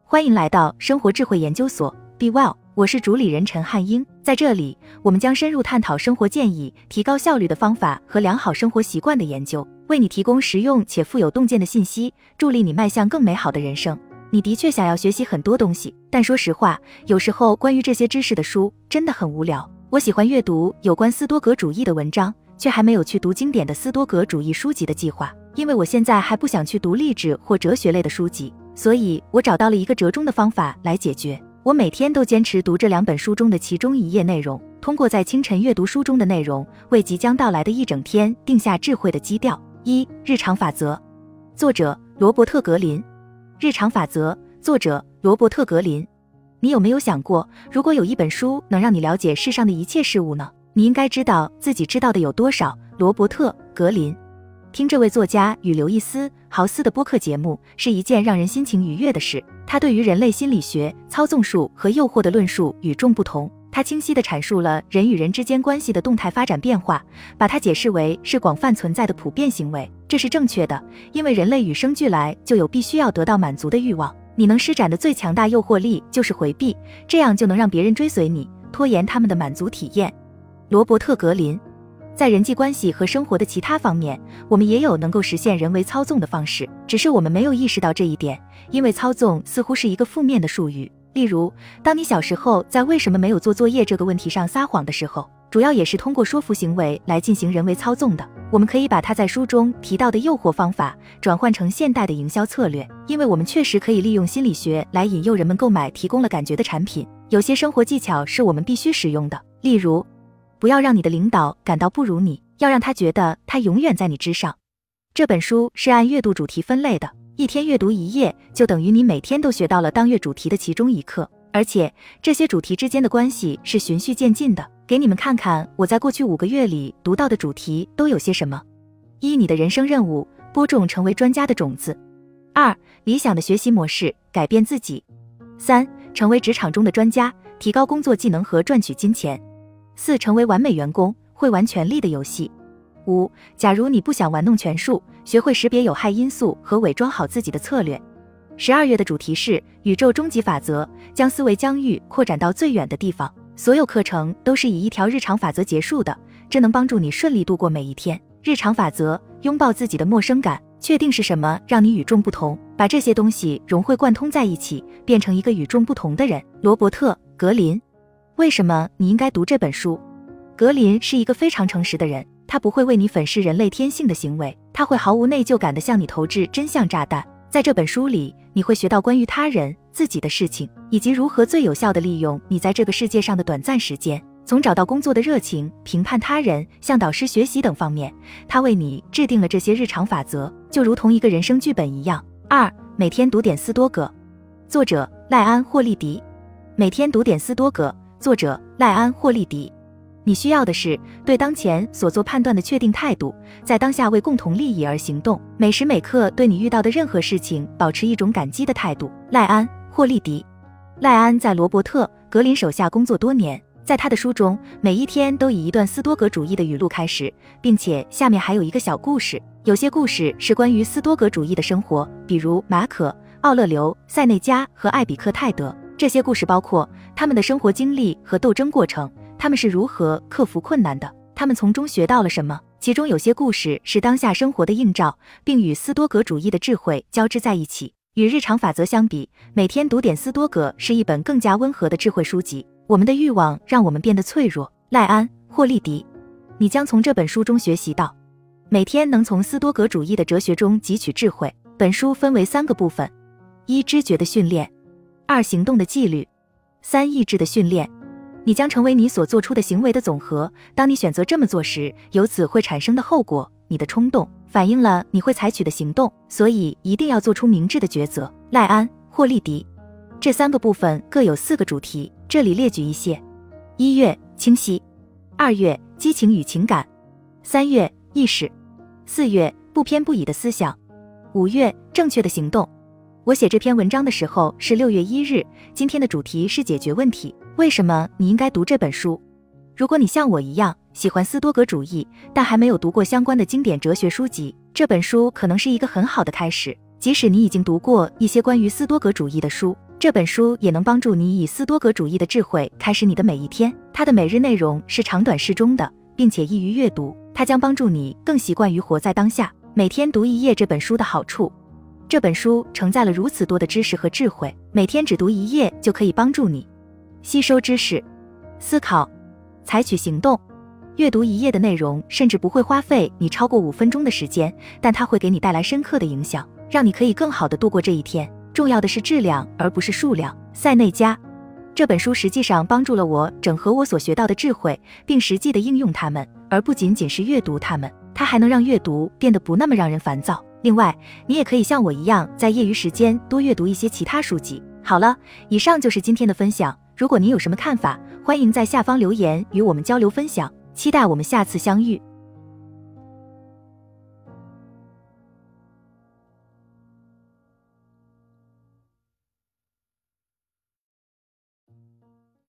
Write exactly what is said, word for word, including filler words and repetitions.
欢迎来到生活智慧研究所 Be Well， 我是主理人陈汉英。在这里，我们将深入探讨生活建议、提高效率的方法和良好生活习惯的研究，为你提供实用且富有洞见的信息，助力你迈向更美好的人生。你的确想要学习很多东西，但说实话，有时候关于这些知识的书真的很无聊。我喜欢阅读有关斯多葛主义的文章，却还没有去读经典的斯多葛主义书籍的计划，因为我现在还不想去读励志或哲学类的书籍。所以我找到了一个折中的方法来解决。我每天都坚持读这两本书中的其中一页内容，通过在清晨阅读书中的内容，为即将到来的一整天定下智慧的基调。一、日常法则，作者罗伯特·格林。日常法则，作者罗伯特·格林。你有没有想过，如果有一本书能让你了解世上的一切事物呢？你应该知道自己知道的有多少。罗伯特·格林。听这位作家与刘易斯·豪斯的播客节目是一件让人心情愉悦的事。他对于人类心理学、操纵术和诱惑的论述与众不同。他清晰地阐述了人与人之间关系的动态发展变化，把它解释为是广泛存在的普遍行为。这是正确的，因为人类与生俱来就有必须要得到满足的欲望。你能施展的最强大诱惑力就是回避，这样就能让别人追随你，拖延他们的满足体验。罗伯特·格林。在人际关系和生活的其他方面，我们也有能够实现人为操纵的方式，只是我们没有意识到这一点，因为操纵似乎是一个负面的术语。例如，当你小时候在为什么没有做作业这个问题上撒谎的时候，主要也是通过说服行为来进行人为操纵的。我们可以把他在书中提到的诱惑方法转换成现代的营销策略，因为我们确实可以利用心理学来引诱人们购买提供了感觉的产品。有些生活技巧是我们必须使用的，例如不要让你的领导感到不如你，要让他觉得他永远在你之上。这本书是按阅读主题分类的，一天阅读一页，就等于你每天都学到了当月主题的其中一课，而且这些主题之间的关系是循序渐进的。给你们看看我在过去五个月里读到的主题都有些什么。一、你的人生任务，播种成为专家的种子。二、理想的学习模式，改变自己。三、成为职场中的专家，提高工作技能和赚取金钱。四、成为完美员工，会玩权力的游戏。五、假如你不想玩弄权术，学会识别有害因素和伪装好自己的策略。十二月的主题是宇宙终极法则，将思维疆域扩展到最远的地方。所有课程都是以一条日常法则结束的，这能帮助你顺利度过每一天。日常法则，拥抱自己的陌生感，确定是什么让你与众不同，把这些东西融会贯通在一起，变成一个与众不同的人。罗伯特·格林。为什么你应该读这本书？格林是一个非常诚实的人，他不会为你粉饰人类天性的行为，他会毫无内疚感地向你投掷真相炸弹。在这本书里，你会学到关于他人、自己的事情，以及如何最有效地利用你在这个世界上的短暂时间。从找到工作的热情、评判他人、向导师学习等方面，他为你制定了这些日常法则，就如同一个人生剧本一样。二、每天读点斯多葛。作者赖安·霍利迪。每天读点斯多葛，作者赖安·霍利迪。你需要的是对当前所做判断的确定态度，在当下为共同利益而行动，每时每刻对你遇到的任何事情保持一种感激的态度。赖安·霍利迪。赖安在罗伯特·格林手下工作多年，在他的书中，每一天都以一段斯多葛主义的语录开始，并且下面还有一个小故事。有些故事是关于斯多葛主义的生活，比如马可、奥勒留、塞内加和艾比克泰德。这些故事包括他们的生活经历和斗争过程，他们是如何克服困难的，他们从中学到了什么。其中有些故事是当下生活的映照，并与斯多葛主义的智慧交织在一起。与日常法则相比，每天读点斯多葛是一本更加温和的智慧书籍。我们的欲望让我们变得脆弱。赖安·霍利迪。你将从这本书中学习到，每天能从斯多葛主义的哲学中汲取智慧。本书分为三个部分：一、知觉的训练；二、行动的纪律；三、意志的训练。你将成为你所做出的行为的总和。当你选择这么做时，由此会产生的后果，你的冲动，反映了你会采取的行动，所以一定要做出明智的抉择。赖安·霍利迪。这三个部分各有四个主题，这里列举一些：一月，清晰；二月，激情与情感；三月，意识；四月，不偏不倚的思想；五月，正确的行动。我写这篇文章的时候是六月一日，今天的主题是解决问题。为什么你应该读这本书？如果你像我一样喜欢斯多葛主义，但还没有读过相关的经典哲学书籍，这本书可能是一个很好的开始。即使你已经读过一些关于斯多葛主义的书， 这本书也能帮助你以斯多葛主义的智慧开始你的每一天。它的每日内容是长短适中的，并且易于阅读，它将帮助你更习惯于活在当下。每天读一页这本书的好处。这本书承载了如此多的知识和智慧，每天只读一页就可以帮助你吸收知识、思考、采取行动。阅读一页的内容甚至不会花费你超过五分钟的时间，但它会给你带来深刻的影响，让你可以更好地度过这一天。重要的是质量而不是数量。塞内加。这本书实际上帮助了我整合我所学到的智慧，并实际地应用它们，而不仅仅是阅读它们。它还能让阅读变得不那么让人烦躁。另外，你也可以像我一样，在业余时间多阅读一些其他书籍。好了，以上就是今天的分享。如果您有什么看法，欢迎在下方留言与我们交流分享。期待我们下次相遇。